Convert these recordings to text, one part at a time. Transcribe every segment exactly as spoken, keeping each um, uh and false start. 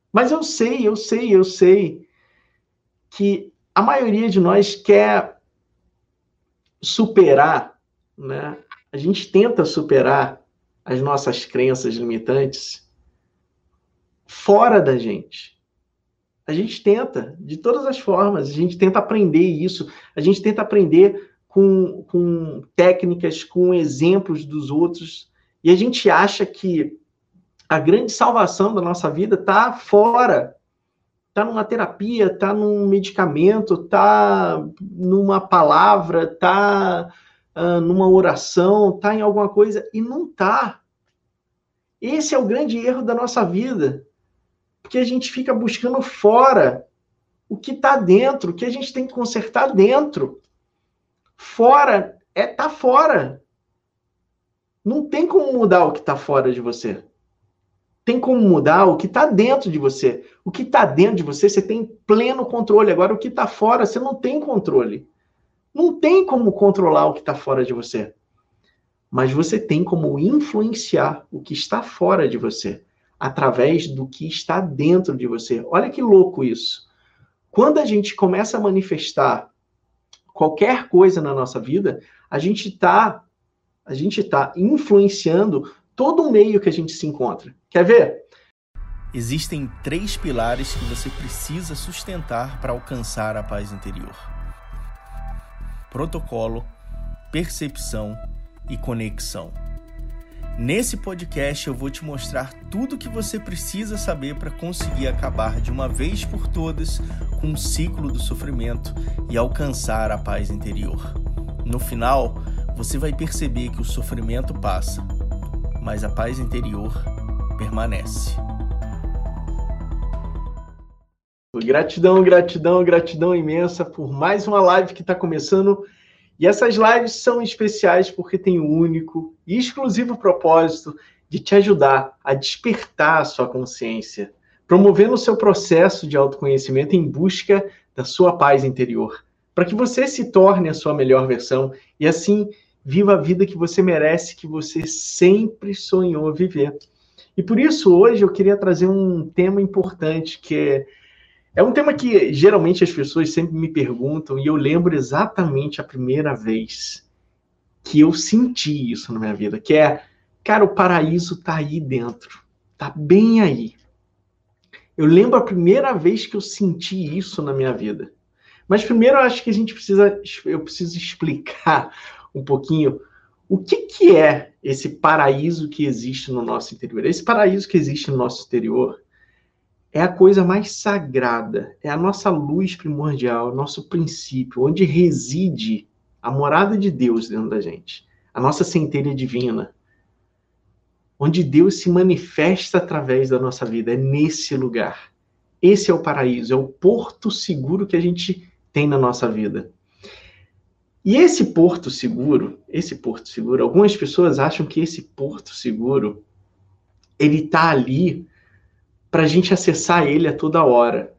Mas eu sei, eu sei, eu sei que a maioria de nós quer superar, né? A gente tenta superar as nossas crenças limitantes fora da gente. A gente tenta, de todas as formas, a gente tenta aprender isso, a gente tenta aprender com, com técnicas, com exemplos dos outros, e a gente acha que a grande salvação da nossa vida está fora, está numa terapia, está num medicamento, está numa palavra, está uh, numa oração, está em alguma coisa, e não está. Esse é o grande erro da nossa vida, porque a gente fica buscando fora o que está dentro, o que a gente tem que consertar dentro. Fora, é tá fora. Não tem como mudar o que está fora de você. Tem como mudar o que está dentro de você. O que está dentro de você, você tem pleno controle. Agora, o que está fora, você não tem controle. Não tem como controlar o que está fora de você. Mas você tem como influenciar o que está fora de você, através do que está dentro de você. Olha que louco isso. Quando a gente começa a manifestar qualquer coisa na nossa vida, a gente está a gente tá influenciando todo o meio que a gente se encontra. Quer ver? Existem três pilares que você precisa sustentar para alcançar a paz interior: protocolo, percepção e conexão. Nesse podcast eu vou te mostrar tudo o que você precisa saber para conseguir acabar de uma vez por todas com o ciclo do sofrimento e alcançar a paz interior. No final, você vai perceber que o sofrimento passa, mas a paz interior permanece. Gratidão, gratidão, gratidão imensa por mais uma live que está começando. E essas lives são especiais porque tem o único e exclusivo propósito de te ajudar a despertar a sua consciência, promovendo o seu processo de autoconhecimento em busca da sua paz interior, para que você se torne a sua melhor versão e assim viva a vida que você merece, que você sempre sonhou viver. E por isso hoje eu queria trazer um tema importante que é É um tema que geralmente as pessoas sempre me perguntam e eu lembro exatamente a primeira vez que eu senti isso na minha vida, que é, cara, o paraíso tá aí dentro, tá bem aí. Eu lembro a primeira vez que eu senti isso na minha vida. Mas primeiro eu acho que a gente precisa, eu preciso explicar um pouquinho o que, que é esse paraíso que existe no nosso interior. Esse paraíso que existe no nosso interior é a coisa mais sagrada, é a nossa luz primordial, nosso princípio, onde reside a morada de Deus dentro da gente, a nossa centelha divina, onde Deus se manifesta através da nossa vida, é nesse lugar. Esse é o paraíso, é o porto seguro que a gente tem na nossa vida. E esse porto seguro, esse porto seguro, algumas pessoas acham que esse porto seguro, ele está ali para a gente acessar ele a toda hora.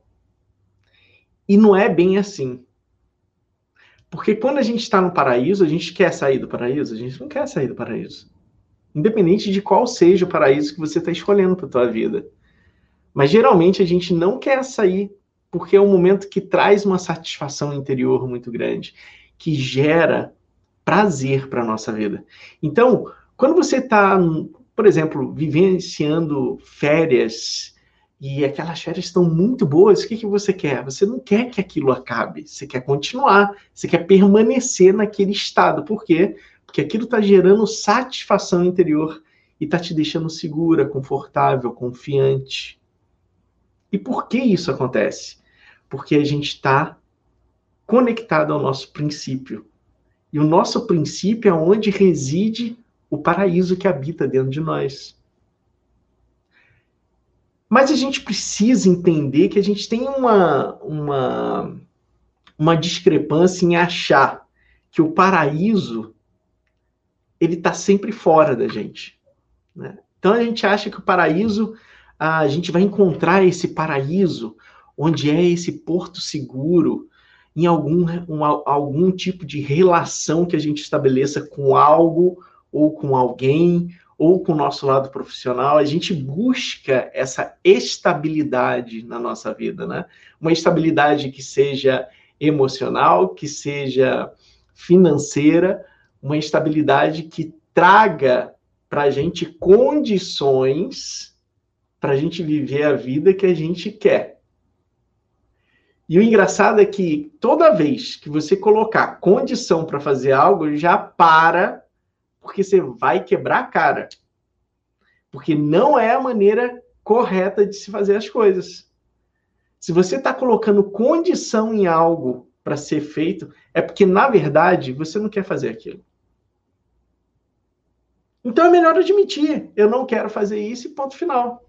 E não é bem assim. Porque quando a gente está no paraíso, a gente quer sair do paraíso? A gente não quer sair do paraíso. Independente de qual seja o paraíso que você está escolhendo para a tua vida. Mas geralmente a gente não quer sair porque é um momento que traz uma satisfação interior muito grande, que gera prazer para a nossa vida. Então, quando você está, por exemplo, vivenciando férias e aquelas férias estão muito boas, o que, que você quer? Você não quer que aquilo acabe, você quer continuar, você quer permanecer naquele estado. Por quê? Porque aquilo está gerando satisfação interior e está te deixando segura, confortável, confiante. E por que isso acontece? Porque a gente está conectado ao nosso princípio. E o nosso princípio é onde reside o paraíso que habita dentro de nós. Mas a gente precisa entender que a gente tem uma, uma, uma discrepância em achar que o paraíso ele está sempre fora da gente, né? Então a gente acha que o paraíso, a gente vai encontrar esse paraíso onde é esse porto seguro, em algum, um, algum tipo de relação que a gente estabeleça com algo ou com alguém, ou com o nosso lado profissional, a gente busca essa estabilidade na nossa vida, né? Uma estabilidade que seja emocional, que seja financeira, uma estabilidade que traga para a gente condições para a gente viver a vida que a gente quer. E o engraçado é que toda vez que você colocar condição para fazer algo, já para, porque você vai quebrar a cara. Porque não é a maneira correta de se fazer as coisas. Se você está colocando condição em algo para ser feito, é porque, na verdade, você não quer fazer aquilo. Então é melhor admitir, eu não quero fazer isso e ponto final.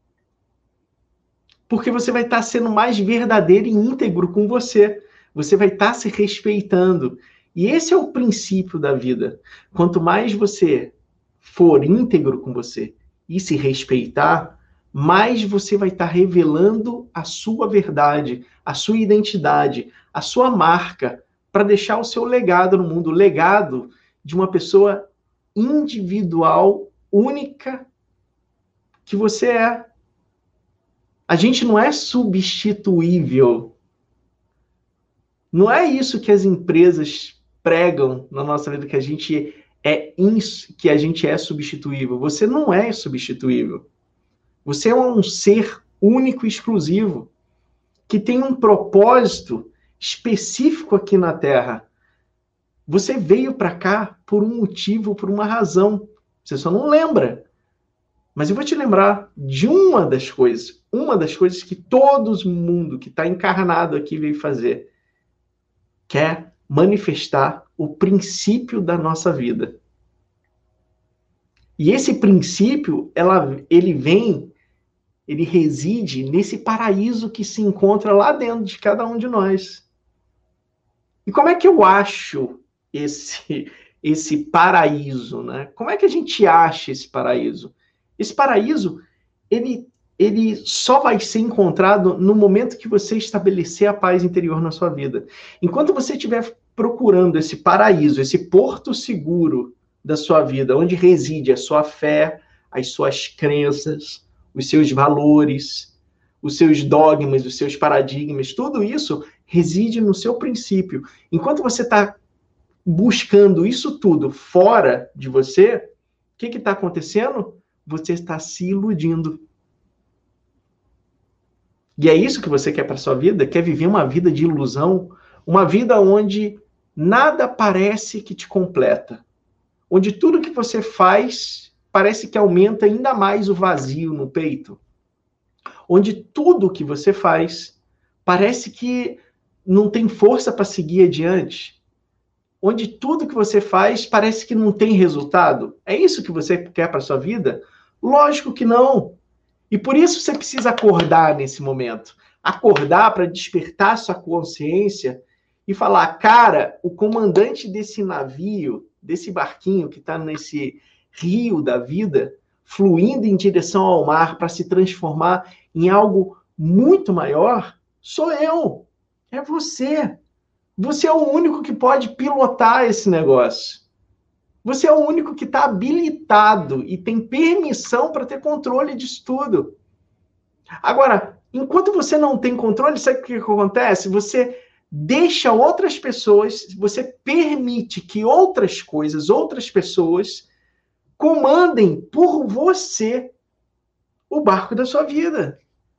Porque você vai estar sendo mais verdadeiro e íntegro com você. Você vai estar se respeitando. E esse é o princípio da vida. Quanto mais você for íntegro com você e se respeitar, mais você vai estar revelando a sua verdade, a sua identidade, a sua marca, para deixar o seu legado no mundo. O legado de uma pessoa individual, única, que você é. A gente não é substituível. Não é isso que as empresas pregam na nossa vida, que a gente é, ins... que a gente é substituível. Você não é substituível. Você é um ser único e exclusivo, que tem um propósito específico aqui na Terra. Você veio para cá por um motivo, por uma razão. Você só não lembra. Mas eu vou te lembrar de uma das coisas, uma das coisas que todo mundo que está encarnado aqui veio fazer, que é manifestar o princípio da nossa vida. E esse princípio, ela, ele vem, ele reside nesse paraíso que se encontra lá dentro de cada um de nós. E como é que eu acho esse, esse paraíso, né? Como é que a gente acha esse paraíso? Esse paraíso, ele, ele só vai ser encontrado no momento que você estabelecer a paz interior na sua vida. Enquanto você estiver procurando esse paraíso, esse porto seguro da sua vida, onde reside a sua fé, as suas crenças, os seus valores, os seus dogmas, os seus paradigmas, tudo isso reside no seu princípio. Enquanto você está buscando isso tudo fora de você, o que está acontecendo? Você está se iludindo. E é isso que você quer para sua vida? Quer viver uma vida de ilusão? Uma vida onde nada parece que te completa. Onde tudo que você faz parece que aumenta ainda mais o vazio no peito. Onde tudo que você faz parece que não tem força para seguir adiante. Onde tudo que você faz parece que não tem resultado. É isso que você quer para sua vida? Lógico que não. E por isso você precisa acordar nesse momento. Acordar para despertar sua consciência e falar, cara, o comandante desse navio, desse barquinho que está nesse rio da vida, fluindo em direção ao mar para se transformar em algo muito maior, sou eu. É você. Você é o único que pode pilotar esse negócio. Você é o único que está habilitado e tem permissão para ter controle disso tudo. Agora, enquanto você não tem controle, sabe o que acontece? Você deixa outras pessoas, você permite que outras coisas, outras pessoas, comandem por você o barco da sua vida.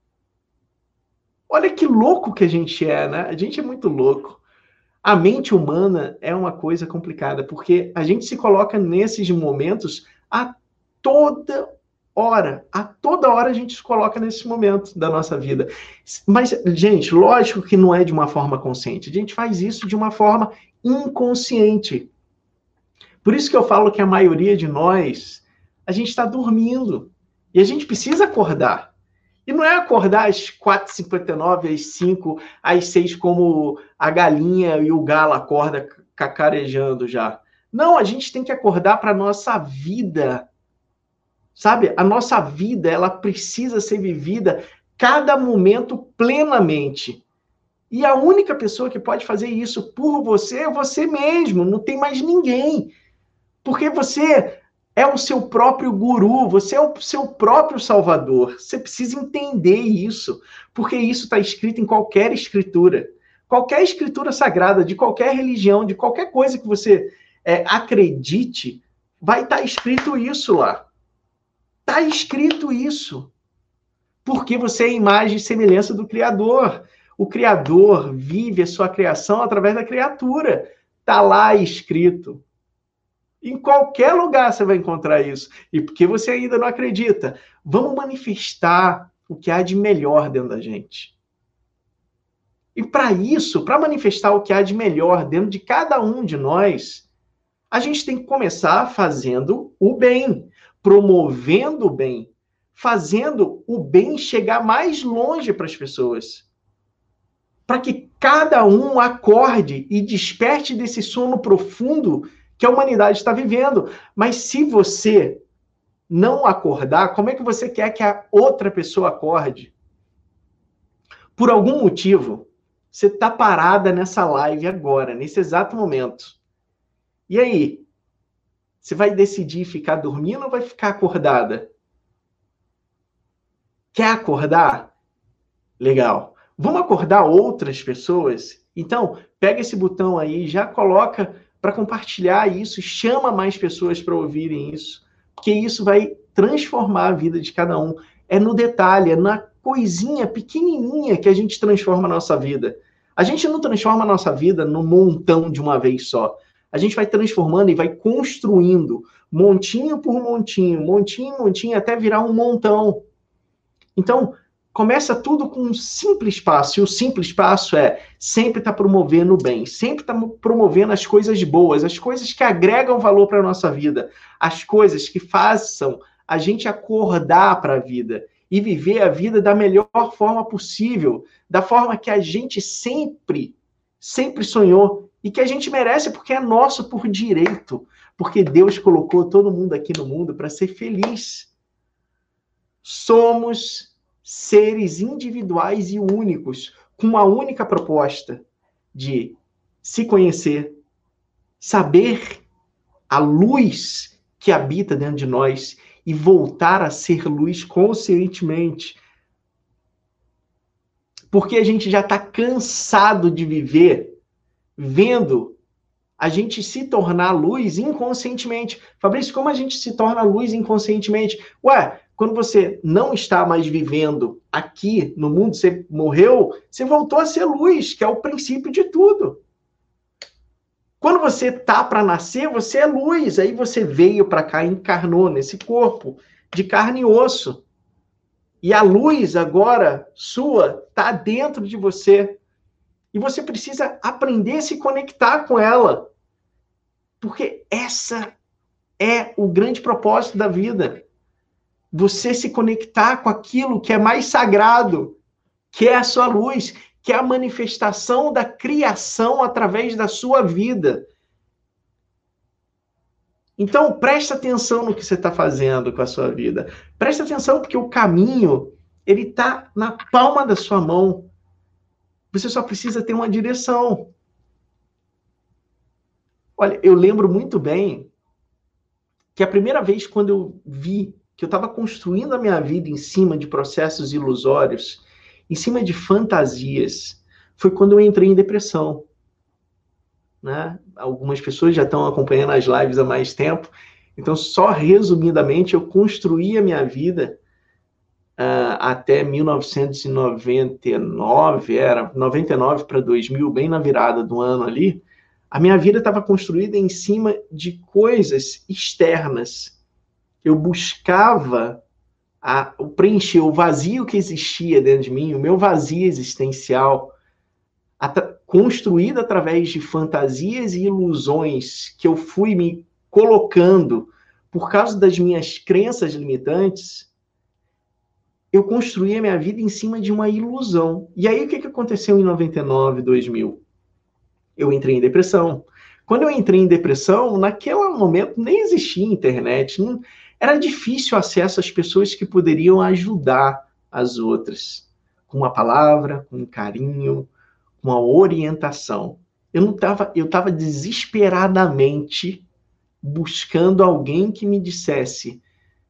Olha que louco que a gente é, né? A gente é muito louco. A mente humana é uma coisa complicada, porque a gente se coloca nesses momentos a toda hora. A toda hora a gente se coloca nesse momento da nossa vida. Mas, gente, lógico que não é de uma forma consciente. A gente faz isso de uma forma inconsciente. Por isso que eu falo que a maioria de nós, a gente está dormindo. E a gente precisa acordar. E não é acordar às quatro e cinquenta e nove, às cinco, às seis, como a galinha e o galo acordam cacarejando já. Não, a gente tem que acordar para a nossa vida. Sabe? A nossa vida, ela precisa ser vivida cada momento plenamente. E a única pessoa que pode fazer isso por você é você mesmo. Não tem mais ninguém. Porque você é o seu próprio guru, você é o seu próprio salvador. Você precisa entender isso, porque isso está escrito em qualquer escritura. Qualquer escritura sagrada, de qualquer religião, de qualquer coisa que você é, acredite, vai estar tá escrito isso lá. Está escrito isso. Porque você é a imagem e semelhança do Criador. O Criador vive a sua criação através da criatura. Está lá escrito. Em qualquer lugar você vai encontrar isso. E porque você ainda não acredita, vamos manifestar o que há de melhor dentro da gente. E para isso, para manifestar o que há de melhor dentro de cada um de nós, a gente tem que começar fazendo o bem, promovendo o bem, fazendo o bem chegar mais longe para as pessoas. Para que cada um acorde e desperte desse sono profundo que a humanidade está vivendo. Mas se você não acordar, como é que você quer que a outra pessoa acorde? Por algum motivo, você está parada nessa live agora, nesse exato momento. E aí? Você vai decidir ficar dormindo ou vai ficar acordada? Quer acordar? Legal. Vamos acordar outras pessoas? Então, pega esse botão aí, já coloca para compartilhar isso, chama mais pessoas para ouvirem isso, porque isso vai transformar a vida de cada um. É no detalhe, é na coisinha pequenininha que a gente transforma a nossa vida. A gente não transforma a nossa vida num montão de uma vez só. A gente vai transformando e vai construindo, montinho por montinho, montinho, montinho, até virar um montão. Então, começa tudo com um simples passo, e o simples passo é sempre estar tá promovendo o bem, sempre estar tá promovendo as coisas boas, as coisas que agregam valor para a nossa vida, as coisas que façam a gente acordar para a vida e viver a vida da melhor forma possível, da forma que a gente sempre, sempre sonhou e que a gente merece porque é nosso por direito, porque Deus colocou todo mundo aqui no mundo para ser feliz. Somos seres individuais e únicos, com uma única proposta de se conhecer, saber a luz que habita dentro de nós e voltar a ser luz conscientemente. Porque a gente já está cansado de viver vendo a gente se tornar luz inconscientemente. Fabrício, como a gente se torna luz inconscientemente? Ué, quando você não está mais vivendo aqui no mundo, você morreu, você voltou a ser luz, que é o princípio de tudo. Quando você tá para nascer, você é luz. Aí você veio para cá e encarnou nesse corpo de carne e osso. E a luz agora sua tá dentro de você. E você precisa aprender a se conectar com ela. Porque essa é o grande propósito da vida. Você se conectar com aquilo que é mais sagrado, que é a sua luz, que é a manifestação da criação através da sua vida. Então, presta atenção no que você está fazendo com a sua vida. Presta atenção porque o caminho, ele está na palma da sua mão. Você só precisa ter uma direção. Olha, eu lembro muito bem que a primeira vez quando eu vi que eu estava construindo a minha vida em cima de processos ilusórios, em cima de fantasias, foi quando eu entrei em depressão. Né? Algumas pessoas já estão acompanhando as lives há mais tempo, então, só resumidamente, eu construí a minha vida uh, até mil novecentos e noventa e nove, era noventa e nove para dois mil, bem na virada do ano ali. A minha vida estava construída em cima de coisas externas. Eu buscava a, preencher o vazio que existia dentro de mim, o meu vazio existencial, atra, construído através de fantasias e ilusões que eu fui me colocando por causa das minhas crenças limitantes. Eu construí a minha vida em cima de uma ilusão. E aí, o que, que aconteceu em noventa e nove, dois mil? Eu entrei em depressão. Quando eu entrei em depressão, naquele momento nem existia internet, não, era difícil acesso às pessoas que poderiam ajudar as outras, com uma palavra, com um carinho, com uma orientação. Eu não estava, eu estava desesperadamente buscando alguém que me dissesse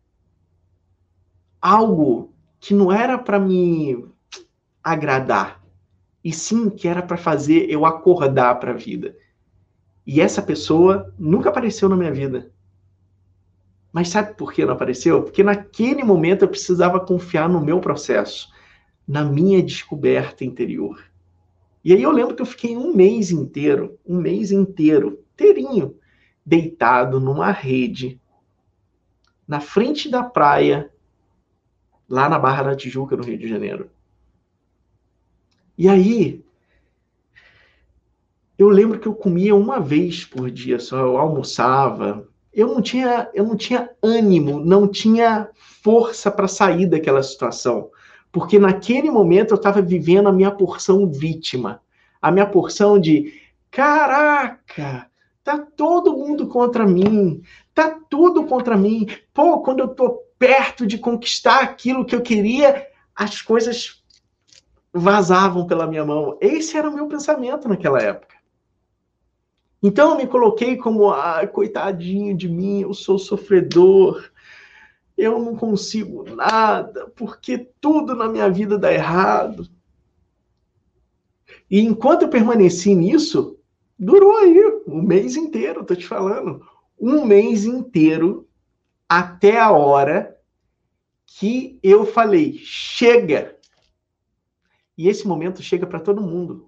algo que não era para me agradar, e sim que era para fazer eu acordar para a vida. E essa pessoa nunca apareceu na minha vida. Mas sabe por que não apareceu? Porque naquele momento eu precisava confiar no meu processo, na minha descoberta interior. E aí eu lembro que eu fiquei um mês inteiro, um mês inteiro, inteirinho, deitado numa rede, na frente da praia, lá na Barra da Tijuca, no Rio de Janeiro. E aí, eu lembro que eu comia uma vez por dia só, eu almoçava. Eu não tinha, eu não tinha ânimo, não tinha força para sair daquela situação. Porque naquele momento eu estava vivendo a minha porção vítima. A minha porção de, caraca, tá todo mundo contra mim. Tá tudo contra mim. Pô, quando eu tô perto de conquistar aquilo que eu queria, as coisas vazavam pela minha mão. Esse era o meu pensamento naquela época. Então eu me coloquei como, ah, coitadinho de mim, eu sou sofredor, eu não consigo nada, porque tudo na minha vida dá errado. E enquanto eu permaneci nisso, durou aí um mês inteiro, tô te falando. Um mês inteiro, até a hora que eu falei, chega. E esse momento chega para todo mundo.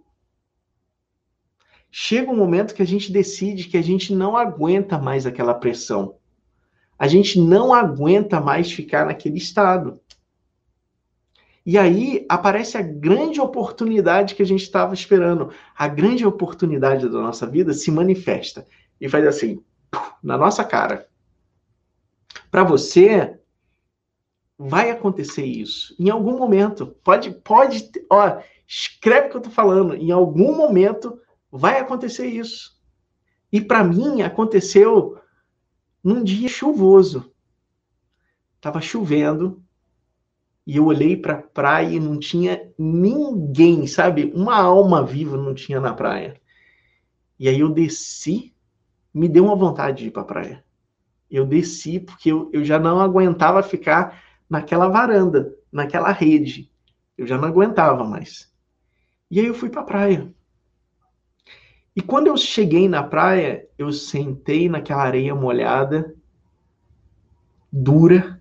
Chega um momento que a gente decide que a gente não aguenta mais aquela pressão. A gente não aguenta mais ficar naquele estado. E aí aparece a grande oportunidade que a gente estava esperando. A grande oportunidade da nossa vida se manifesta e faz assim, na nossa cara. Para você, vai acontecer isso. Em algum momento. Pode, pode, ó, escreve o que eu tô falando. Em algum momento vai acontecer isso. E para mim aconteceu num dia chuvoso. Tava chovendo e eu olhei para a praia e não tinha ninguém, sabe? Uma alma viva não tinha na praia. E aí eu desci, me deu uma vontade de ir para a praia. Eu desci porque eu, eu já não aguentava ficar naquela varanda, naquela rede. Eu já não aguentava mais. E aí eu fui para a praia. E quando eu cheguei na praia, eu sentei naquela areia molhada, dura.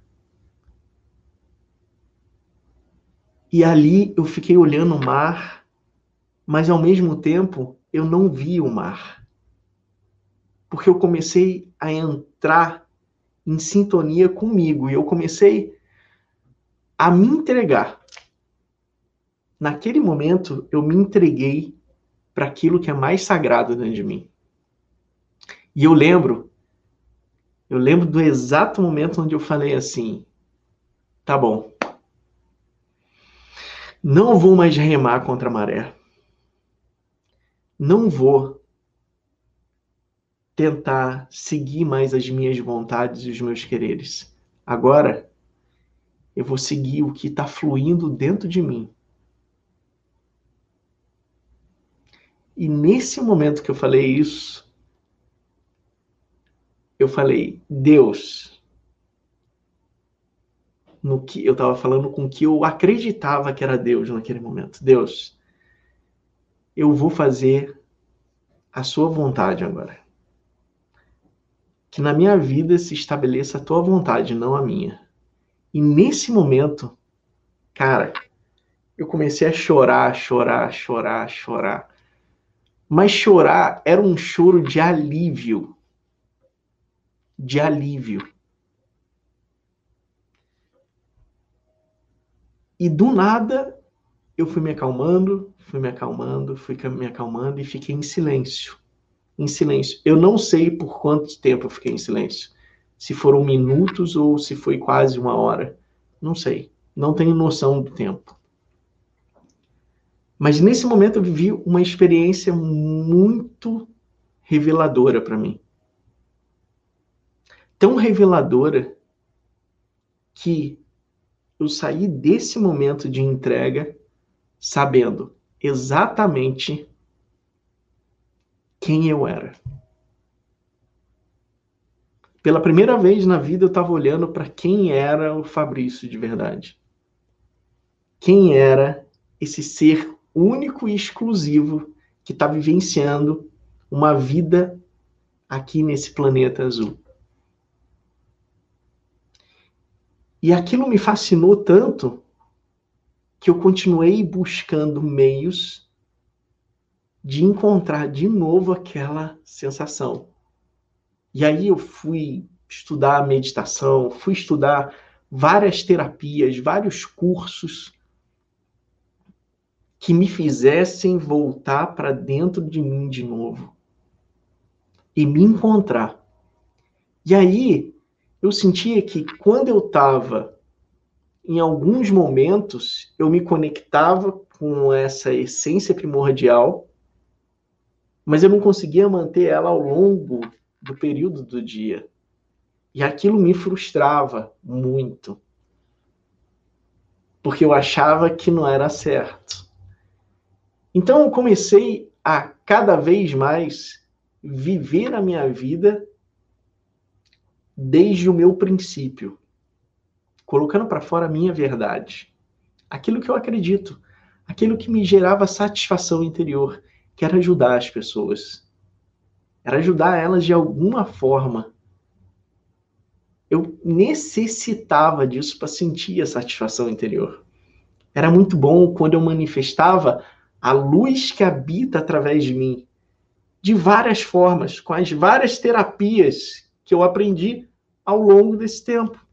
E ali eu fiquei olhando o mar, mas ao mesmo tempo eu não vi o mar. Porque eu comecei a entrar em sintonia comigo e eu comecei a me entregar. Naquele momento eu me entreguei para aquilo que é mais sagrado dentro de mim. E eu lembro, eu lembro do exato momento onde eu falei assim, tá bom, não vou mais remar contra a maré. Não vou tentar seguir mais as minhas vontades e os meus quereres. Agora, eu vou seguir o que está fluindo dentro de mim. E nesse momento que eu falei isso, eu falei, Deus, no que eu estava falando com o que eu acreditava que era Deus naquele momento. Deus, eu vou fazer a sua vontade agora. Que na minha vida se estabeleça a tua vontade, não a minha. E nesse momento, cara, eu comecei a chorar, chorar, chorar, chorar. Mas chorar era um choro de alívio. De alívio. E do nada, eu fui me acalmando, fui me acalmando, fui me acalmando e fiquei em silêncio. Em silêncio. Eu não sei por quanto tempo eu fiquei em silêncio. Se foram minutos ou se foi quase uma hora. Não sei. Não tenho noção do tempo. Mas nesse momento eu vivi uma experiência muito reveladora para mim. Tão reveladora que eu saí desse momento de entrega sabendo exatamente quem eu era. pela primeira vez na vida eu estava olhando para quem era o Fabrício de verdade. Quem era esse ser único e exclusivo que está vivenciando uma vida aqui nesse planeta azul. E aquilo me fascinou tanto que eu continuei buscando meios de encontrar de novo aquela sensação. E aí eu fui estudar meditação, fui estudar várias terapias, vários cursos que me fizessem voltar para dentro de mim de novo e me encontrar. E aí eu sentia que quando eu estava, em alguns momentos, eu me conectava com essa essência primordial, mas eu não conseguia manter ela ao longo do período do dia. E aquilo me frustrava muito, porque eu achava que não era certo. Então eu comecei a cada vez mais viver a minha vida desde o meu princípio, colocando para fora a minha verdade, aquilo que eu acredito, aquilo que me gerava satisfação interior, que era ajudar as pessoas, era ajudar elas de alguma forma. Eu necessitava disso para sentir a satisfação interior. Era muito bom quando eu manifestava a luz que habita através de mim, de várias formas, com as várias terapias que eu aprendi ao longo desse tempo.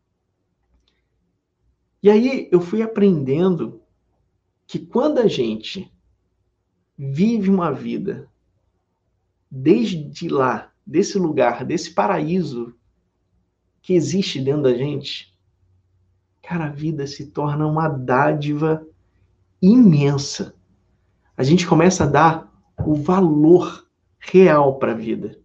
E aí eu fui aprendendo que quando a gente vive uma vida desde lá, desse lugar, desse paraíso que existe dentro da gente, cara, a vida se torna uma dádiva imensa. A gente começa a dar o valor real para a vida.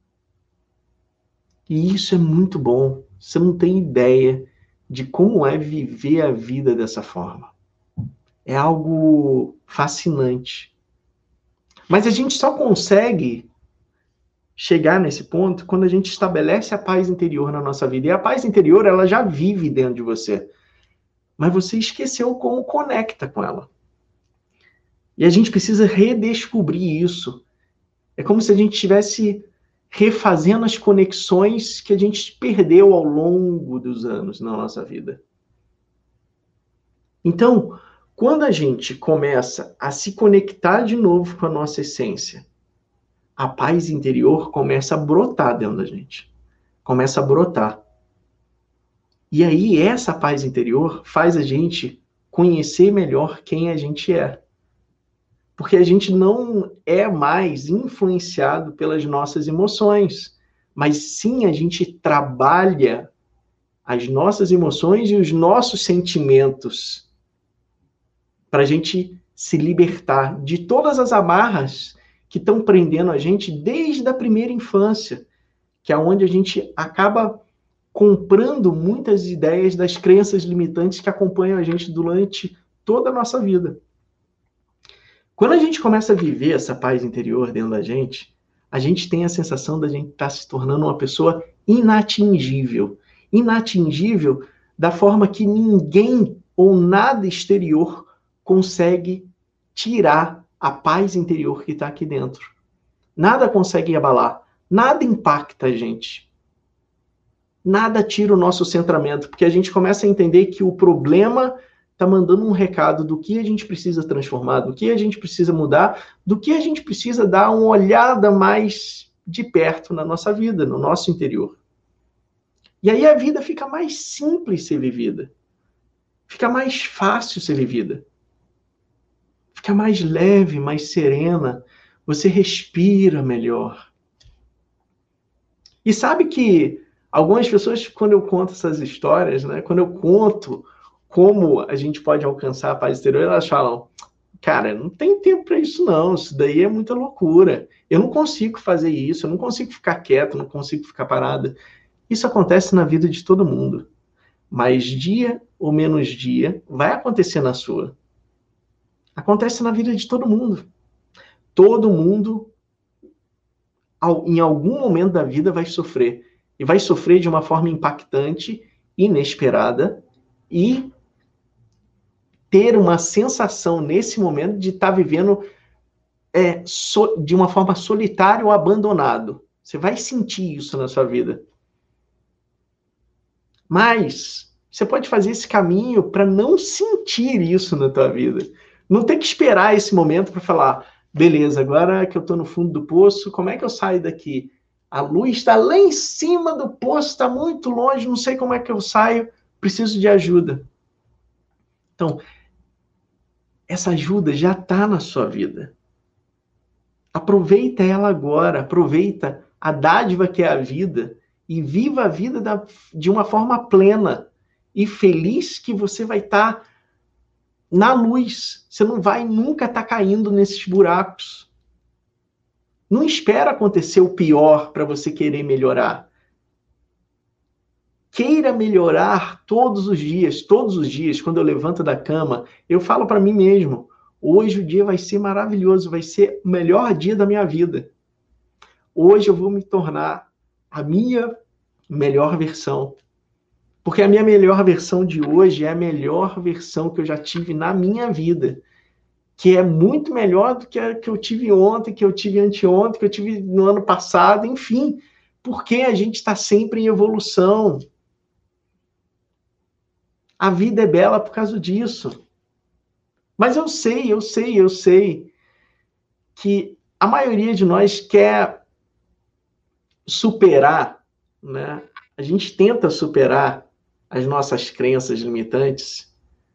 E isso é muito bom. Você não tem ideia de como é viver a vida dessa forma. É algo fascinante. Mas a gente só consegue chegar nesse ponto quando a gente estabelece a paz interior na nossa vida. E a paz interior, ela já vive dentro de você. Mas você esqueceu como conecta com ela. E a gente precisa redescobrir isso. É como se a gente estivesse refazendo as conexões que a gente perdeu ao longo dos anos na nossa vida. Então, quando a gente começa a se conectar de novo com a nossa essência, a paz interior começa a brotar dentro da gente. Começa a brotar. E aí, essa paz interior faz a gente conhecer melhor quem a gente é. Porque a gente não é mais influenciado pelas nossas emoções, mas sim a gente trabalha as nossas emoções e os nossos sentimentos para a gente se libertar de todas as amarras que estão prendendo a gente desde a primeira infância, que é onde a gente acaba comprando muitas ideias das crenças limitantes que acompanham a gente durante toda a nossa vida. Quando a gente começa a viver essa paz interior dentro da gente, a gente tem a sensação da gente estar se tornando uma pessoa inatingível. Inatingível da forma que ninguém ou nada exterior consegue tirar a paz interior que está aqui dentro. Nada consegue abalar, nada impacta a gente. Nada tira o nosso centramento, porque a gente começa a entender que o problema está mandando um recado do que a gente precisa transformar, do que a gente precisa mudar, do que a gente precisa dar uma olhada mais de perto na nossa vida, no nosso interior. E aí a vida fica mais simples ser vivida. Fica mais fácil ser vivida. Fica mais leve, mais serena. Você respira melhor. E sabe que algumas pessoas, quando eu conto essas histórias, né, quando eu conto como a gente pode alcançar a paz interior, elas falam, cara, não tem tempo para isso não, isso daí é muita loucura. Eu não consigo fazer isso, eu não consigo ficar quieto, não consigo ficar parada. Isso acontece na vida de todo mundo. Mas dia ou menos dia, vai acontecer na sua. Acontece na vida de todo mundo. Todo mundo, em algum momento da vida, vai sofrer. e vai sofrer de uma forma impactante, inesperada, e ter uma sensação nesse momento de estar vivendo é, so, de uma forma solitária ou abandonado. Você vai sentir isso na sua vida. Mas você pode fazer esse caminho para não sentir isso na tua vida. Não ter que esperar esse momento para falar, beleza, agora que eu estou no fundo do poço, como é que eu saio daqui? A luz está lá em cima do poço, está muito longe, não sei como é que eu saio, preciso de ajuda. Então, essa ajuda já está na sua vida. Aproveita ela agora, aproveita a dádiva que é a vida e viva a vida da, de uma forma plena e feliz, que você vai estar tá na luz. Você não vai nunca estar tá caindo nesses buracos. Não espera acontecer o pior para você querer melhorar. Queira melhorar todos os dias, todos os dias, quando eu levanto da cama, eu falo para mim mesmo, hoje o dia vai ser maravilhoso, vai ser o melhor dia da minha vida. Hoje eu vou me tornar a minha melhor versão. Porque a minha melhor versão de hoje é a melhor versão que eu já tive na minha vida. Que é muito melhor do que a que eu tive ontem, que eu tive anteontem, que eu tive no ano passado, enfim. Porque a gente está sempre em evolução. A vida é bela por causa disso. Mas eu sei, eu sei, eu sei que a maioria de nós quer superar, né? A gente tenta superar as nossas crenças limitantes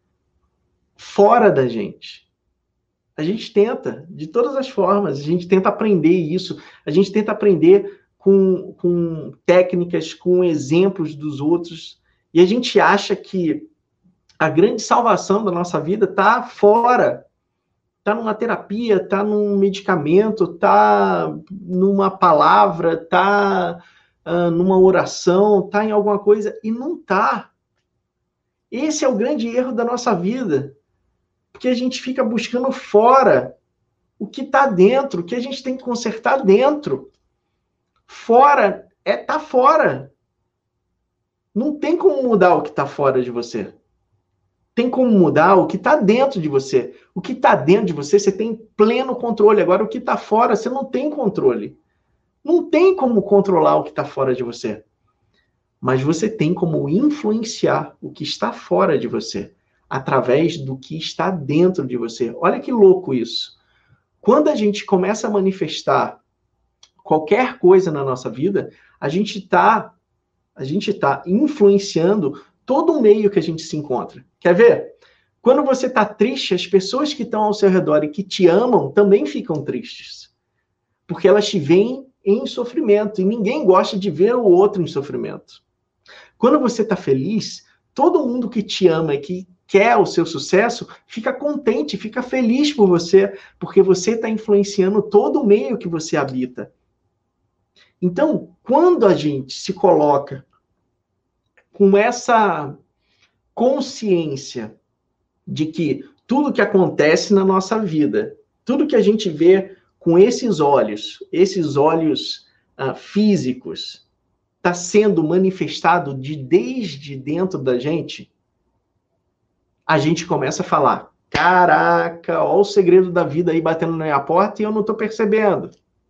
fora da gente. A gente tenta, de todas as formas, a gente tenta aprender isso, a gente tenta aprender com, com técnicas, com exemplos dos outros, e a gente acha que a grande salvação da nossa vida está fora, está numa terapia, está num medicamento, está numa palavra, está uh, numa oração, está em alguma coisa, e não está. Esse é o grande erro da nossa vida. Porque a gente fica buscando fora o que está dentro, o que a gente tem que consertar dentro. Fora é tá fora. Não tem como mudar o que está fora de você. Tem como mudar o que está dentro de você. O que está dentro de você, você tem pleno controle. Agora, o que está fora, você não tem controle. Não tem como controlar o que está fora de você. Mas você tem como influenciar o que está fora de você, através do que está dentro de você. Olha que louco isso. Quando a gente começa a manifestar qualquer coisa na nossa vida, a gente está a gente está influenciando todo o meio que a gente se encontra. Quer ver? Quando você está triste, as pessoas que estão ao seu redor e que te amam também ficam tristes. Porque elas te veem em sofrimento. E ninguém gosta de ver o outro em sofrimento. Quando você está feliz, todo mundo que te ama e que quer o seu sucesso, fica contente, fica feliz por você, porque você está influenciando todo o meio que você habita. Então, quando a gente se coloca com essa consciência de que tudo que acontece na nossa vida, tudo que a gente vê com esses olhos, esses olhos uh, físicos, está sendo manifestado de desde dentro da gente, a gente começa a falar, caraca, olha o segredo da vida aí batendo na minha porta e eu não estou percebendo.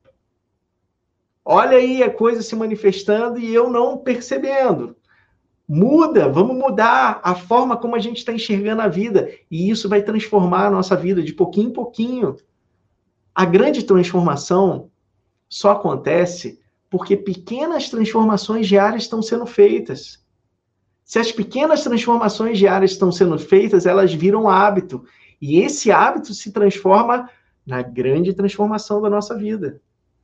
Olha aí a coisa se manifestando e eu não percebendo. Muda, vamos mudar a forma como a gente está enxergando a vida. E isso vai transformar a nossa vida de pouquinho em pouquinho. A grande transformação só acontece porque pequenas transformações diárias estão sendo feitas. Se as pequenas transformações diárias estão sendo feitas, elas viram hábito. E esse hábito se transforma na grande transformação da nossa vida.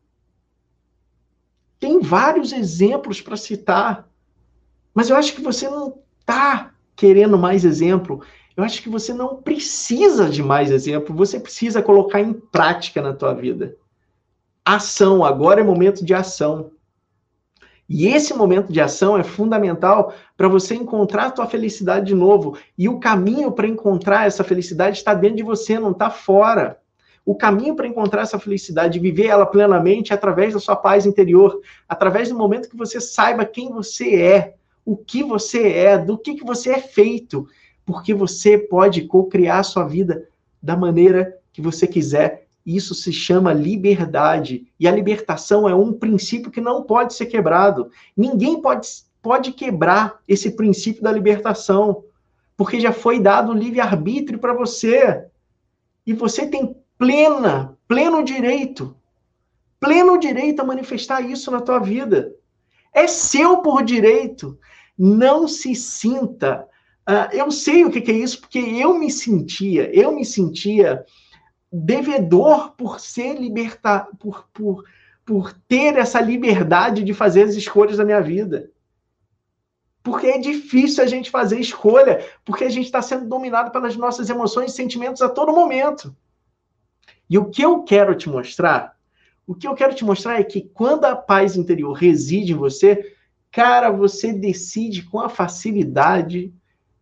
Tem vários exemplos para citar. Mas eu acho que você não está querendo mais exemplo. Eu acho que você não precisa de mais exemplo. Você precisa colocar em prática na tua vida. Ação. Agora é momento de ação. E esse momento de ação é fundamental para você encontrar a tua felicidade de novo. E o caminho para encontrar essa felicidade está dentro de você, não está fora. O caminho para encontrar essa felicidade e viver ela plenamente é através da sua paz interior, através do momento que você saiba quem você é, o que você é, do que, que você é feito, porque você pode co-criar a sua vida da maneira que você quiser. Isso se chama liberdade. E a libertação é um princípio que não pode ser quebrado. Ninguém pode, pode quebrar esse princípio da libertação, porque já foi dado o livre-arbítrio para você. E você tem plena, pleno direito, pleno direito a manifestar isso na tua vida. É seu por direito. Não se sinta... Uh, eu sei o que, que é isso, porque eu me sentia, eu me sentia devedor por ser libertar, por, por, por ter essa liberdade de fazer as escolhas da minha vida. Porque é difícil a gente fazer escolha, porque a gente está sendo dominado pelas nossas emoções e sentimentos a todo momento. E o que eu quero te mostrar, o que eu quero te mostrar é que quando a paz interior reside em você, cara, você decide com a facilidade,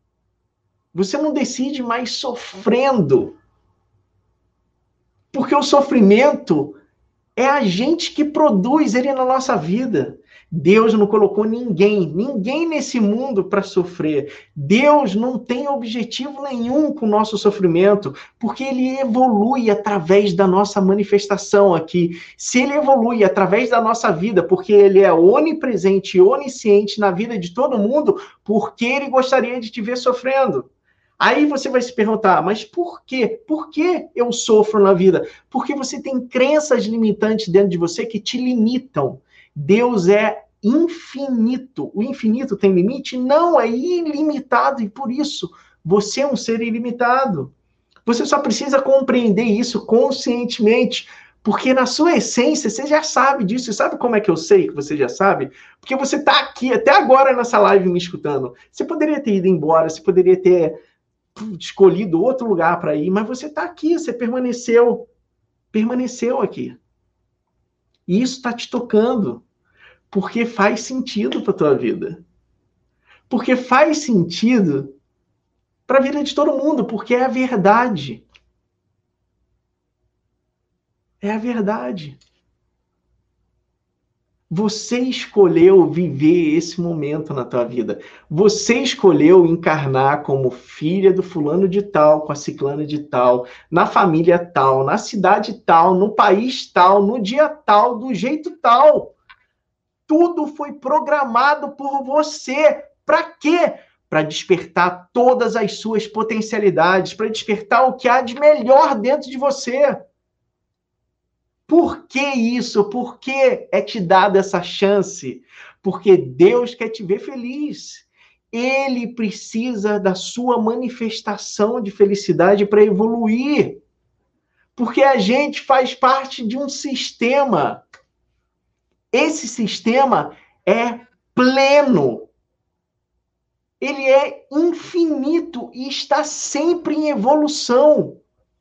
você não decide mais sofrendo. Porque o sofrimento é a gente que produz ele na nossa vida. Deus não colocou ninguém, ninguém nesse mundo para sofrer. Deus não tem objetivo nenhum com o nosso sofrimento, porque ele evolui através da nossa manifestação aqui. Se ele evolui através da nossa vida, porque ele é onipresente e onisciente na vida de todo mundo, por que ele gostaria de te ver sofrendo? Aí você vai se perguntar, mas por quê? Por que eu sofro na vida? Porque você tem crenças limitantes dentro de você que te limitam. Deus é infinito. O infinito tem limite? Não, é ilimitado. E por isso, você é um ser ilimitado. Você só precisa compreender isso conscientemente. Porque na sua essência, você já sabe disso. E sabe como é que eu sei que você já sabe? Porque você está aqui, até agora nessa live me escutando. Você poderia ter ido embora, você poderia ter escolhido outro lugar para ir, mas você está aqui, você permaneceu, permaneceu aqui. E isso está te tocando, porque faz sentido para a tua vida. Porque faz sentido para a vida de todo mundo, porque é a verdade. É a verdade. Você escolheu viver esse momento na tua vida. Você escolheu encarnar como filha do fulano de tal, com a ciclana de tal, na família tal, na cidade tal, no país tal, no dia tal, do jeito tal. Tudo foi programado por você. Para quê? Para despertar todas as suas potencialidades, para despertar o que há de melhor dentro de você. Por que isso? Por que é te dada essa chance? Porque Deus quer te ver feliz. Ele precisa da sua manifestação de felicidade para evoluir. Porque a gente faz parte de um sistema. Esse sistema é pleno. Ele é infinito e está sempre em evolução.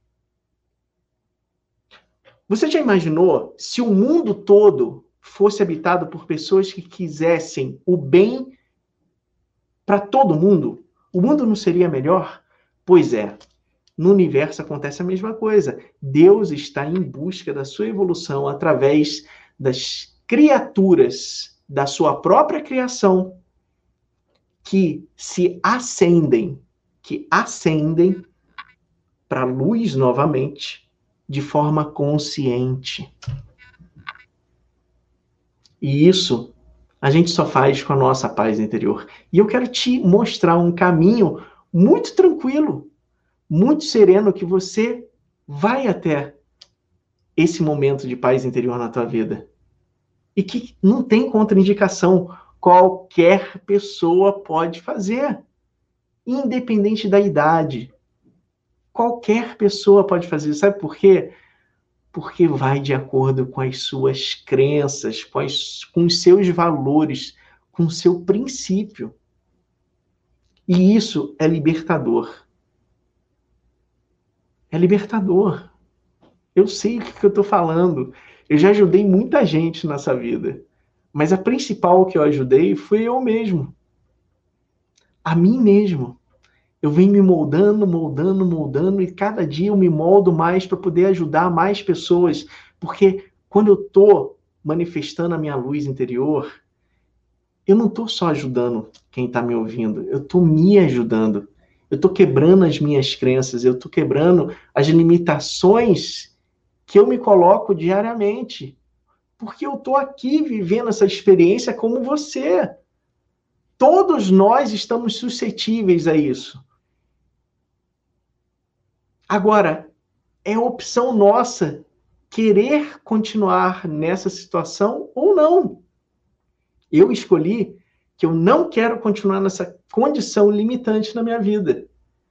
Você já imaginou se o mundo todo fosse habitado por pessoas que quisessem o bem para todo mundo? O mundo não seria melhor? Pois é, no universo acontece a mesma coisa. Deus está em busca da sua evolução através das criaturas da sua própria criação que se acendem, que ascendem para a luz novamente, de forma consciente. E isso a gente só faz com a nossa paz interior. E eu quero te mostrar um caminho muito tranquilo, muito sereno, que você vai até esse momento de paz interior na tua vida. E que não tem contraindicação. Qualquer pessoa pode fazer, independente da idade. Qualquer pessoa pode fazer. Sabe por quê? Porque vai de acordo com as suas crenças, com, as, com os seus valores, com o seu princípio. E isso é libertador. É libertador. Eu sei o que eu estou falando. Eu já ajudei muita gente nessa vida. Mas a principal que eu ajudei foi eu mesmo. A mim mesmo. eu venho me moldando, moldando, moldando, e cada dia eu me moldo mais para poder ajudar mais pessoas. Porque quando eu estou manifestando a minha luz interior, eu não estou só ajudando quem está me ouvindo, eu estou me ajudando. Eu estou quebrando as minhas crenças, eu estou quebrando as limitações que eu me coloco diariamente. Porque eu estou aqui vivendo essa experiência como você. Todos nós estamos suscetíveis a isso. Agora, é opção nossa querer continuar nessa situação ou não. Eu escolhi que eu não quero continuar nessa condição limitante na minha vida.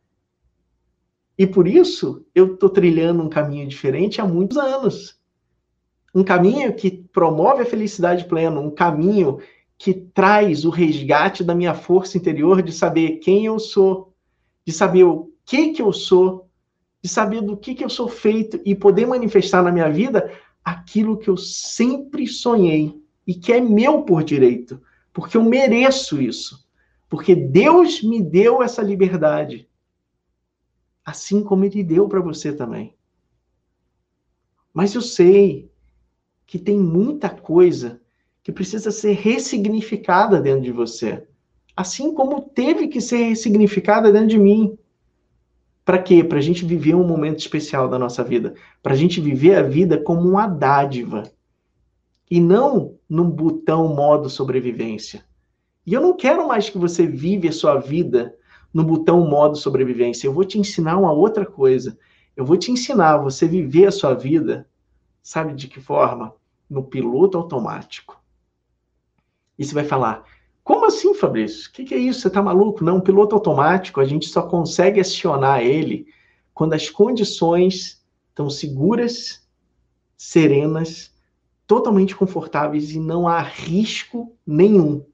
E por isso, eu estou trilhando um caminho diferente há muitos anos. Um caminho que promove a felicidade plena, um caminho que traz o resgate da minha força interior de saber quem eu sou, de saber o que que eu sou, de saber do que que eu sou feito e poder manifestar na minha vida aquilo que eu sempre sonhei e que é meu por direito, porque eu mereço isso, porque Deus me deu essa liberdade, assim como Ele deu para você também. Mas eu sei que tem muita coisa que precisa ser ressignificada dentro de você, assim como teve que ser ressignificada dentro de mim. Para quê? Para a gente viver um momento especial da nossa vida. Para a gente viver a vida como uma dádiva. E não num botão modo sobrevivência. E eu não quero mais que você vive a sua vida no botão modo sobrevivência. Eu vou te ensinar uma outra coisa. Eu vou te ensinar a você viver a sua vida, sabe de que forma? No piloto automático. E você vai falar, como assim, Fabrício? O que, que é isso? Você está maluco? Não, piloto automático, a gente só consegue acionar ele quando as condições estão seguras, serenas, totalmente confortáveis e não há risco nenhum.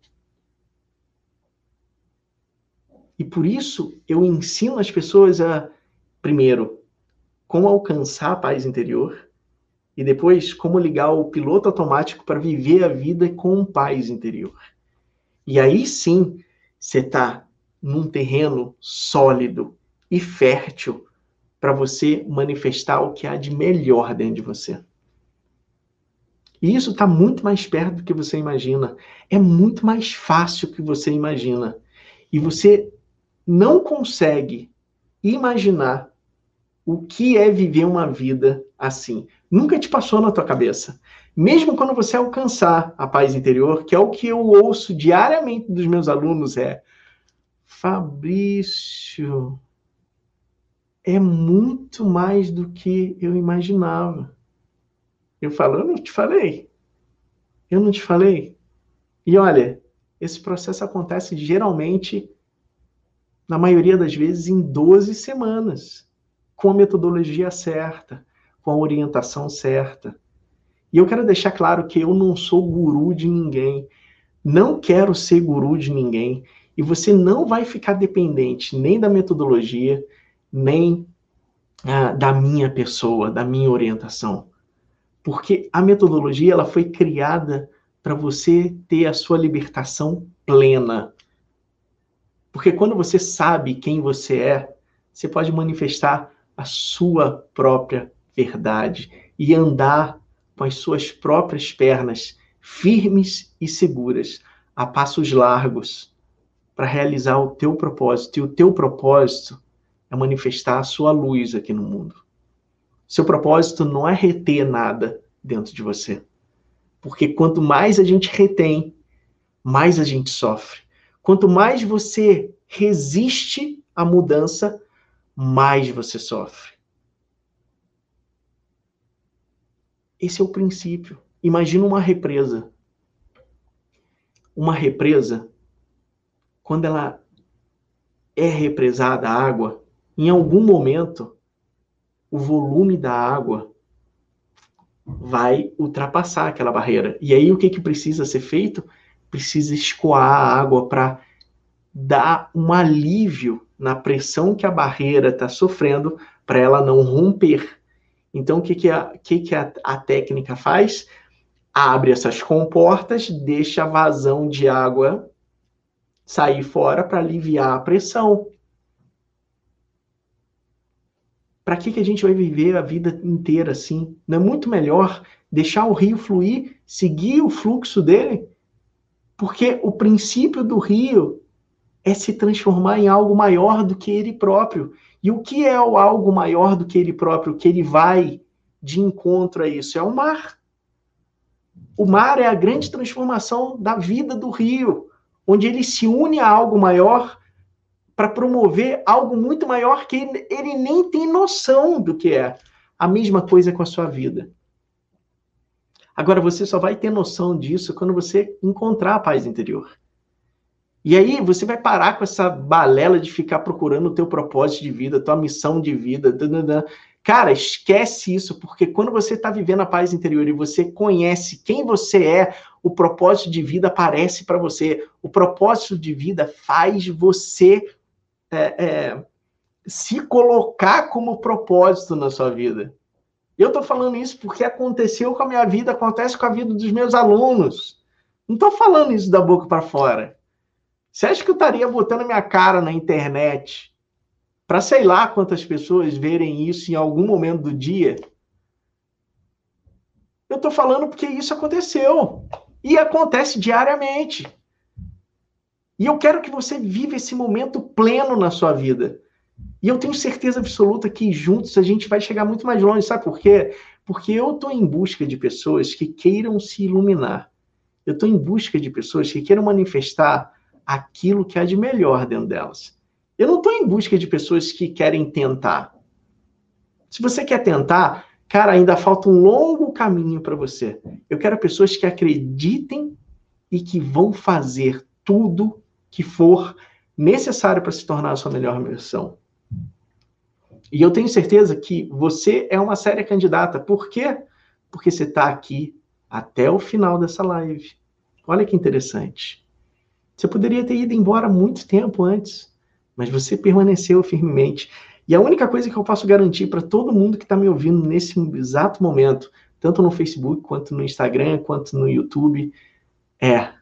E por isso eu ensino as pessoas a, primeiro, como alcançar a paz interior e depois como ligar o piloto automático para viver a vida com paz interior. E aí sim, você está num terreno sólido e fértil para você manifestar o que há de melhor dentro de você. E isso está muito mais perto do que você imagina. É muito mais fácil do que você imagina. E você não consegue imaginar o que é viver uma vida assim. Nunca te passou na tua cabeça. Mesmo quando você alcançar a paz interior, que é o que eu ouço diariamente dos meus alunos, é Fabrício, é muito mais do que eu imaginava. Eu falo, eu não te falei. Eu não te falei. E olha, esse processo acontece geralmente, na maioria das vezes, em doze semanas, com a metodologia certa, com a orientação certa. E eu quero deixar claro que eu não sou guru de ninguém, não quero ser guru de ninguém, e você não vai ficar dependente nem da metodologia, nem ah, da minha pessoa, da minha orientação. Porque a metodologia ela foi criada para você ter a sua libertação plena. Porque quando você sabe quem você é, você pode manifestar a sua própria verdade e andar com as suas próprias pernas firmes e seguras, a passos largos, para realizar o teu propósito. E o teu propósito é manifestar a sua luz aqui no mundo. Seu propósito não é reter nada dentro de você. Porque quanto mais a gente retém, mais a gente sofre. Quanto mais você resiste à mudança, mais você sofre. Esse é o princípio. Imagina uma represa. Uma represa, quando ela é represada a água, em algum momento, o volume da água vai ultrapassar aquela barreira. E aí o que, que precisa ser feito? Precisa escoar a água para dar um alívio na pressão que a barreira está sofrendo para ela não romper. Então, o que, que, a, que, que a, a técnica faz? Abre essas comportas, deixa a vazão de água sair fora para aliviar a pressão. Para que, que a gente vai viver a vida inteira assim? Não é muito melhor deixar o rio fluir, seguir o fluxo dele? Porque o princípio do rio é se transformar em algo maior do que ele próprio. E o que é o algo maior do que ele próprio, que ele vai de encontro a isso? É o mar. O mar é a grande transformação da vida do rio, onde ele se une a algo maior para promover algo muito maior que ele, ele nem tem noção do que é. A mesma coisa com a sua vida. Agora, você só vai ter noção disso quando você encontrar a paz interior. E aí, você vai parar com essa balela de ficar procurando o teu propósito de vida, a tua missão de vida. Dadadã. Cara, esquece isso, porque quando você está vivendo a paz interior e você conhece quem você é, o propósito de vida aparece para você. O propósito de vida faz você é, é, se colocar como propósito na sua vida. Eu estou falando isso porque aconteceu com a minha vida, acontece com a vida dos meus alunos. Não estou falando isso da boca para fora. Você acha que eu estaria botando minha cara na internet para sei lá quantas pessoas verem isso em algum momento do dia? Eu estou falando porque isso aconteceu. E acontece diariamente. E eu quero que você viva esse momento pleno na sua vida. E eu tenho certeza absoluta que juntos a gente vai chegar muito mais longe. Sabe por quê? Porque eu estou em busca de pessoas que queiram se iluminar. Eu estou em busca de pessoas que queiram manifestar aquilo que há de melhor dentro delas. Eu não estou em busca de pessoas que querem tentar. Se você quer tentar, cara, ainda falta um longo caminho para você. Eu quero pessoas que acreditem e que vão fazer tudo que for necessário para se tornar a sua melhor versão. E eu tenho certeza que você é uma séria candidata. Por quê? Porque você está aqui até o final dessa live. Olha que interessante. Você poderia ter ido embora muito tempo antes, mas você permaneceu firmemente. E a única coisa que eu posso garantir para todo mundo que está me ouvindo nesse exato momento, tanto no Facebook, quanto no Instagram, quanto no YouTube, é: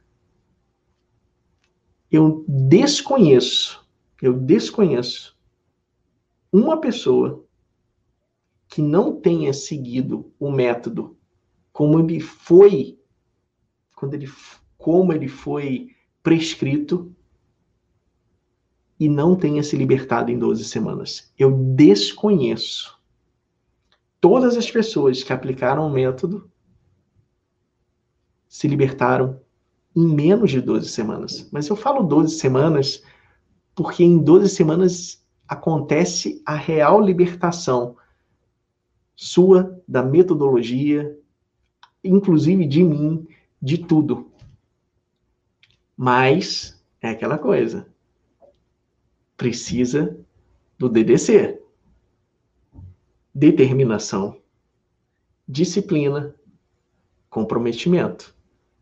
eu desconheço, eu desconheço uma pessoa que não tenha seguido o método como ele foi, quando ele, como ele foi prescrito e não tenha se libertado em doze semanas. Eu desconheço todas as pessoas que aplicaram o método se libertaram em menos de doze semanas. Mas eu falo doze semanas porque em doze semanas acontece a real libertação sua, da metodologia, inclusive de mim, de tudo. Mas é aquela coisa. Precisa do D D C. Determinação, disciplina, comprometimento.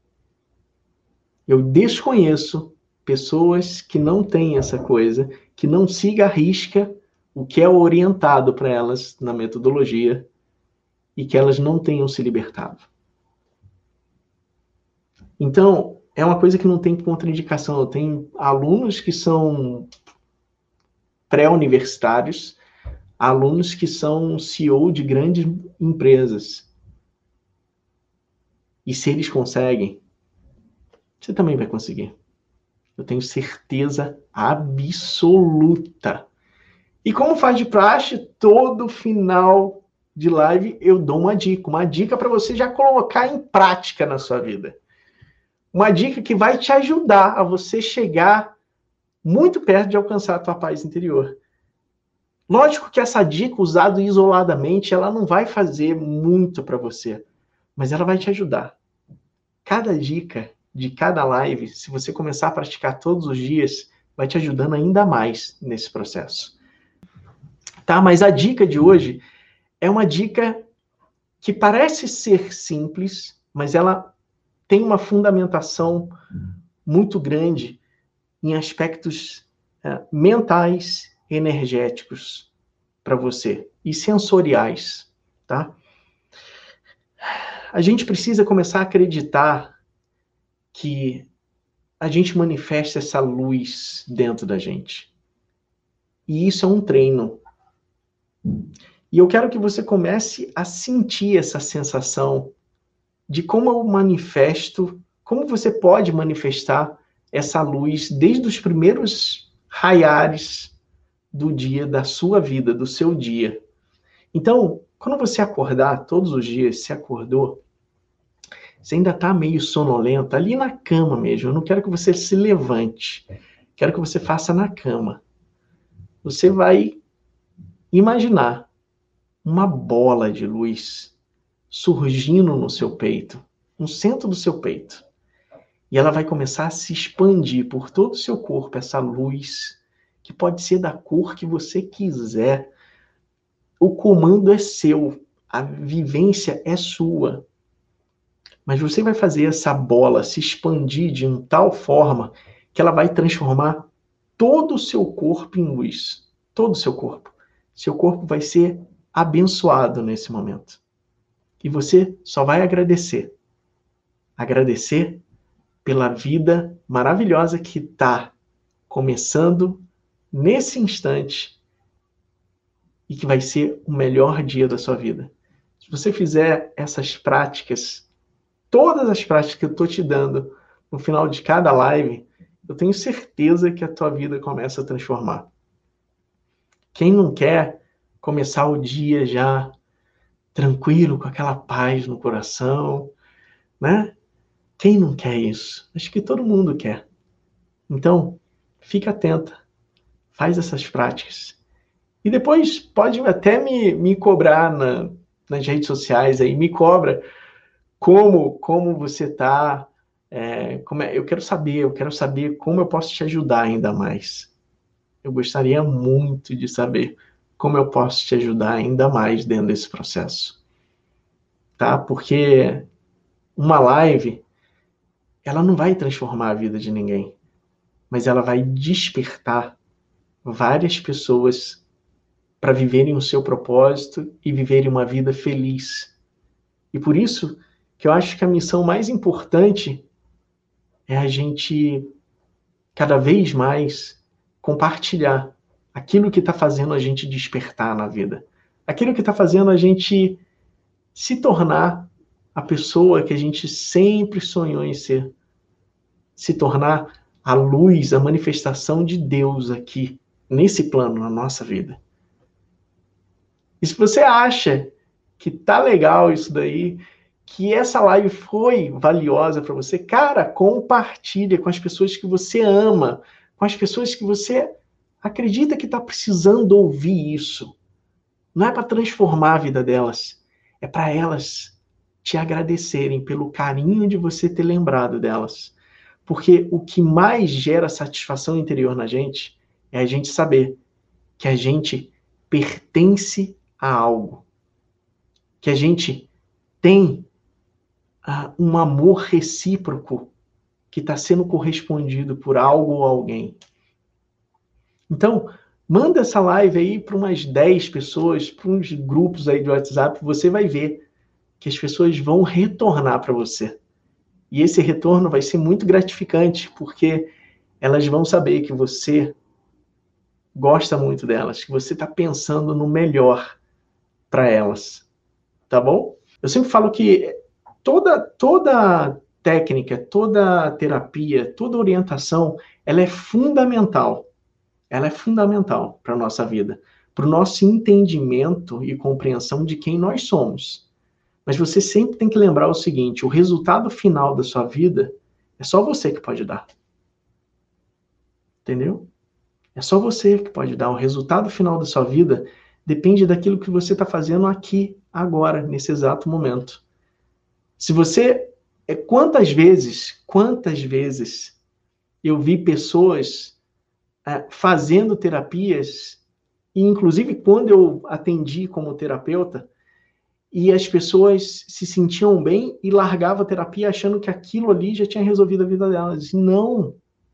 Eu desconheço pessoas que não têm essa coisa, que não siga a risca o que é orientado para elas na metodologia e que elas não tenham se libertado. Então, é uma coisa que não tem contraindicação. Eu tenho alunos que são pré-universitários, alunos que são C E O de grandes empresas. E se eles conseguem, você também vai conseguir. Eu tenho certeza absoluta. E como faz de praxe, todo final de live eu dou uma dica. Uma dica para você já colocar em prática na sua vida. Uma dica que vai te ajudar a você chegar muito perto de alcançar a tua paz interior. Lógico que essa dica, usada isoladamente, ela não vai fazer muito para você, mas ela vai te ajudar. Cada dica de cada live, se você começar a praticar todos os dias, vai te ajudando ainda mais nesse processo. Tá? Mas a dica de hoje é uma dica que parece ser simples, mas ela tem uma fundamentação muito grande em aspectos é, mentais, energéticos para você e sensoriais, tá? A gente precisa começar a acreditar que a gente manifesta essa luz dentro da gente. E isso é um treino. E eu quero que você comece a sentir essa sensação de como eu manifesto, como você pode manifestar essa luz desde os primeiros raiares do dia, da sua vida, do seu dia. Então, quando você acordar, todos os dias, se acordou, você ainda está meio sonolento, ali na cama mesmo, eu não quero que você se levante, quero que você faça na cama. Você vai imaginar uma bola de luz surgindo no seu peito, no centro do seu peito. E ela vai começar a se expandir por todo o seu corpo, essa luz, que pode ser da cor que você quiser. O comando é seu, a vivência é sua. Mas você vai fazer essa bola se expandir de uma tal forma que ela vai transformar todo o seu corpo em luz. Todo o seu corpo. Seu corpo vai ser abençoado nesse momento. E você só vai agradecer. Agradecer pela vida maravilhosa que está começando nesse instante e que vai ser o melhor dia da sua vida. Se você fizer essas práticas, todas as práticas que eu estou te dando no final de cada live, eu tenho certeza que a tua vida começa a transformar. Quem não quer começar o dia já tranquilo, com aquela paz no coração, né? Quem não quer isso? Acho que todo mundo quer. Então, fica atenta. Faz essas práticas. E depois pode até me, me cobrar na, nas redes sociais aí, me cobra como, como você está. É, como é, eu quero saber, eu quero saber como eu posso te ajudar ainda mais. Eu gostaria muito de saber como eu posso te ajudar ainda mais dentro desse processo. Tá? Porque uma live, ela não vai transformar a vida de ninguém, mas ela vai despertar várias pessoas para viverem o seu propósito e viverem uma vida feliz. E por isso que eu acho que a missão mais importante é a gente, cada vez mais, compartilhar aquilo que está fazendo a gente despertar na vida. Aquilo que está fazendo a gente se tornar a pessoa que a gente sempre sonhou em ser. Se tornar a luz, a manifestação de Deus aqui, nesse plano, na nossa vida. E se você acha que tá legal isso daí, que essa live foi valiosa para você, cara, compartilha com as pessoas que você ama, com as pessoas que você acredita que está precisando ouvir isso. Não é para transformar a vida delas, é para elas te agradecerem pelo carinho de você ter lembrado delas. Porque o que mais gera satisfação interior na gente é a gente saber que a gente pertence a algo. Que a gente tem uh, um amor recíproco que está sendo correspondido por algo ou alguém. Então, manda essa live aí para umas dez pessoas, para uns grupos aí de WhatsApp, você vai ver que as pessoas vão retornar para você. E esse retorno vai ser muito gratificante, porque elas vão saber que você gosta muito delas, que você está pensando no melhor para elas. Tá bom? Eu sempre falo que toda, toda técnica, toda terapia, toda orientação, ela é fundamental. Ela é fundamental para a nossa vida, para o nosso entendimento e compreensão de quem nós somos. Mas você sempre tem que lembrar o seguinte, o resultado final da sua vida é só você que pode dar. Entendeu? É só você que pode dar. O resultado final da sua vida depende daquilo que você está fazendo aqui, agora, nesse exato momento. Se você... É, quantas vezes, quantas vezes eu vi pessoas é, fazendo terapias, e inclusive quando eu atendi como terapeuta, e as pessoas se sentiam bem e largavam a terapia achando que aquilo ali já tinha resolvido a vida delas. Não.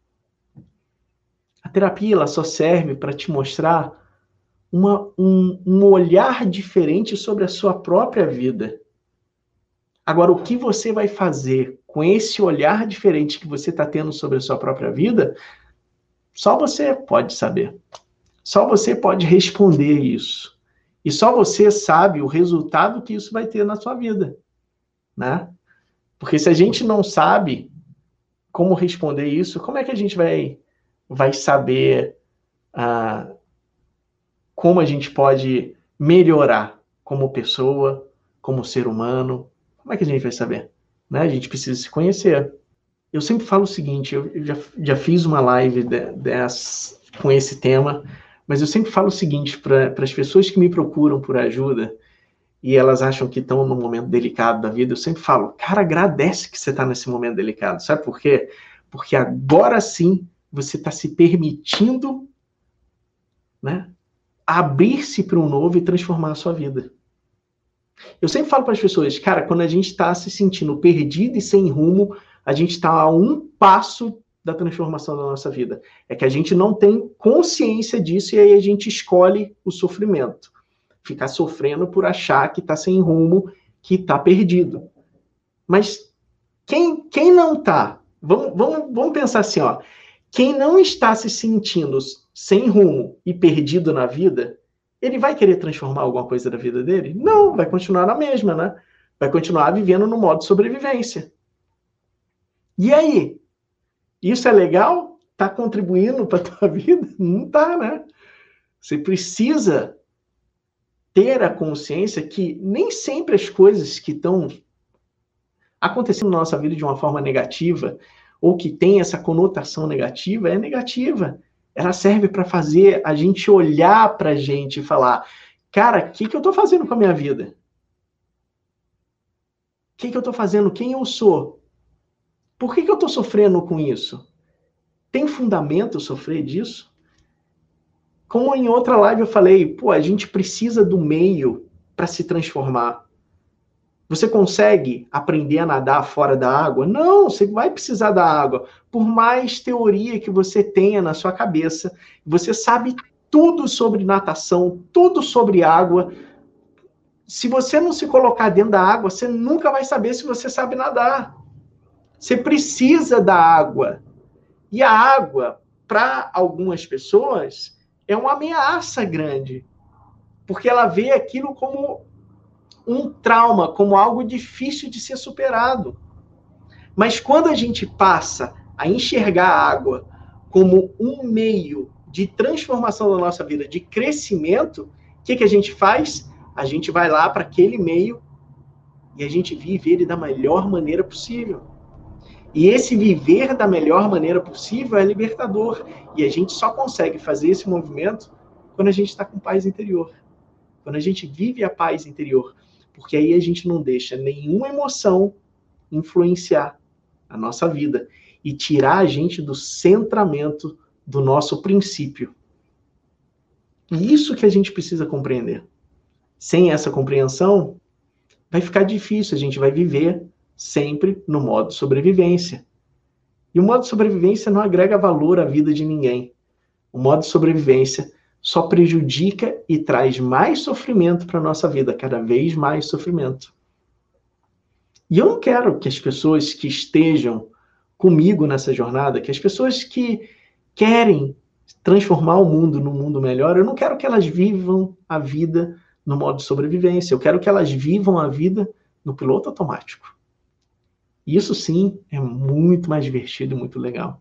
A terapia ela só serve para te mostrar uma, um, um olhar diferente sobre a sua própria vida. Agora, o que você vai fazer com esse olhar diferente que você está tendo sobre a sua própria vida, só você pode saber. Só você pode responder isso. E só você sabe o resultado que isso vai ter na sua vida, né? Porque se a gente não sabe como responder isso, como é que a gente vai, vai saber ah, como a gente pode melhorar como pessoa, como ser humano? Como é que a gente vai saber? Né? A gente precisa se conhecer. Eu sempre falo o seguinte, eu já, já fiz uma live de, dessa, com esse tema, mas eu sempre falo o seguinte para as pessoas que me procuram por ajuda e elas acham que estão num momento delicado da vida, eu sempre falo, cara, agradece que você está nesse momento delicado. Sabe por quê? Porque agora sim você está se permitindo, né, abrir-se para um novo e transformar a sua vida. Eu sempre falo para as pessoas, cara, quando a gente está se sentindo perdido e sem rumo, a gente está a um passo da transformação da nossa vida. É que a gente não tem consciência disso e aí a gente escolhe o sofrimento. Ficar sofrendo por achar que está sem rumo, que está perdido. Mas quem, quem não está? Vamos, vamos, vamos pensar assim, ó. Quem não está se sentindo sem rumo e perdido na vida, ele vai querer transformar alguma coisa da vida dele? Não, vai continuar na mesma, né? Vai continuar vivendo no modo sobrevivência. E aí? Isso é legal? Está contribuindo para a tua vida? Não está, né? Você precisa ter a consciência que nem sempre as coisas que estão acontecendo na nossa vida de uma forma negativa, ou que tem essa conotação negativa, é negativa. Ela serve para fazer a gente olhar para a gente e falar, cara, o que, que eu estou fazendo com a minha vida? O que, que eu estou fazendo? Quem eu sou? Por que, que eu estou sofrendo com isso? Tem fundamento eu sofrer disso? Como em outra live eu falei, pô, a gente precisa do meio para se transformar. Você consegue aprender a nadar fora da água? Não, você vai precisar da água. Por mais teoria que você tenha na sua cabeça, você sabe tudo sobre natação, tudo sobre água. Se você não se colocar dentro da água, você nunca vai saber se você sabe nadar. Você precisa da água. E a água, para algumas pessoas, é uma ameaça grande. Porque ela vê aquilo como um trauma, como algo difícil de ser superado. Mas quando a gente passa a enxergar a água como um meio de transformação da nossa vida, de crescimento, o que, que a gente faz? A gente vai lá para aquele meio e a gente vive ele da melhor maneira possível. E esse viver da melhor maneira possível é libertador. E a gente só consegue fazer esse movimento quando a gente está com paz interior. Quando a gente vive a paz interior. Porque aí a gente não deixa nenhuma emoção influenciar a nossa vida e tirar a gente do centramento do nosso princípio. E isso que a gente precisa compreender. Sem essa compreensão, vai ficar difícil, a gente vai viver sempre no modo sobrevivência. E o modo sobrevivência não agrega valor à vida de ninguém. O modo sobrevivência só prejudica e traz mais sofrimento para a nossa vida, cada vez mais sofrimento. E eu não quero que as pessoas que estejam comigo nessa jornada, que as pessoas que querem transformar o mundo num mundo melhor, eu não quero que elas vivam a vida no modo sobrevivência, eu quero que elas vivam a vida no piloto automático. Isso sim é muito mais divertido e muito legal.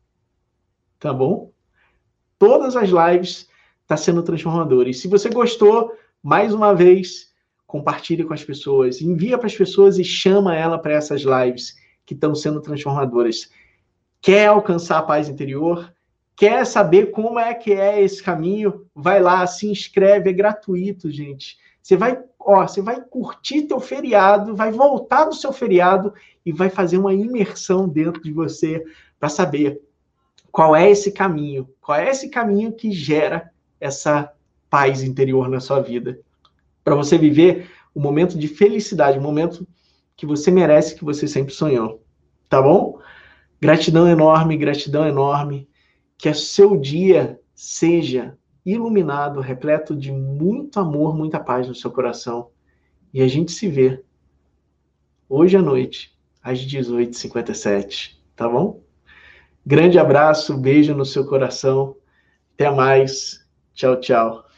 Tá bom? Todas as lives estão sendo transformadoras. Se você gostou, mais uma vez, compartilhe com as pessoas, envia para as pessoas e chama ela para essas lives que estão sendo transformadoras. Quer alcançar a paz interior? Quer saber como é que é esse caminho? Vai lá, se inscreve, é gratuito, gente. Você vai, ó, você vai curtir teu feriado, vai voltar do seu feriado e vai fazer uma imersão dentro de você para saber qual é esse caminho, qual é esse caminho que gera essa paz interior na sua vida. Para você viver o momento de felicidade, o momento que você merece, que você sempre sonhou. Tá bom? Gratidão enorme, gratidão enorme. Que o seu dia seja iluminado, repleto de muito amor, muita paz no seu coração. E a gente se vê hoje à noite, às dezoito e cinquenta e sete. Tá bom? Grande abraço, beijo no seu coração. Até mais. Tchau, tchau.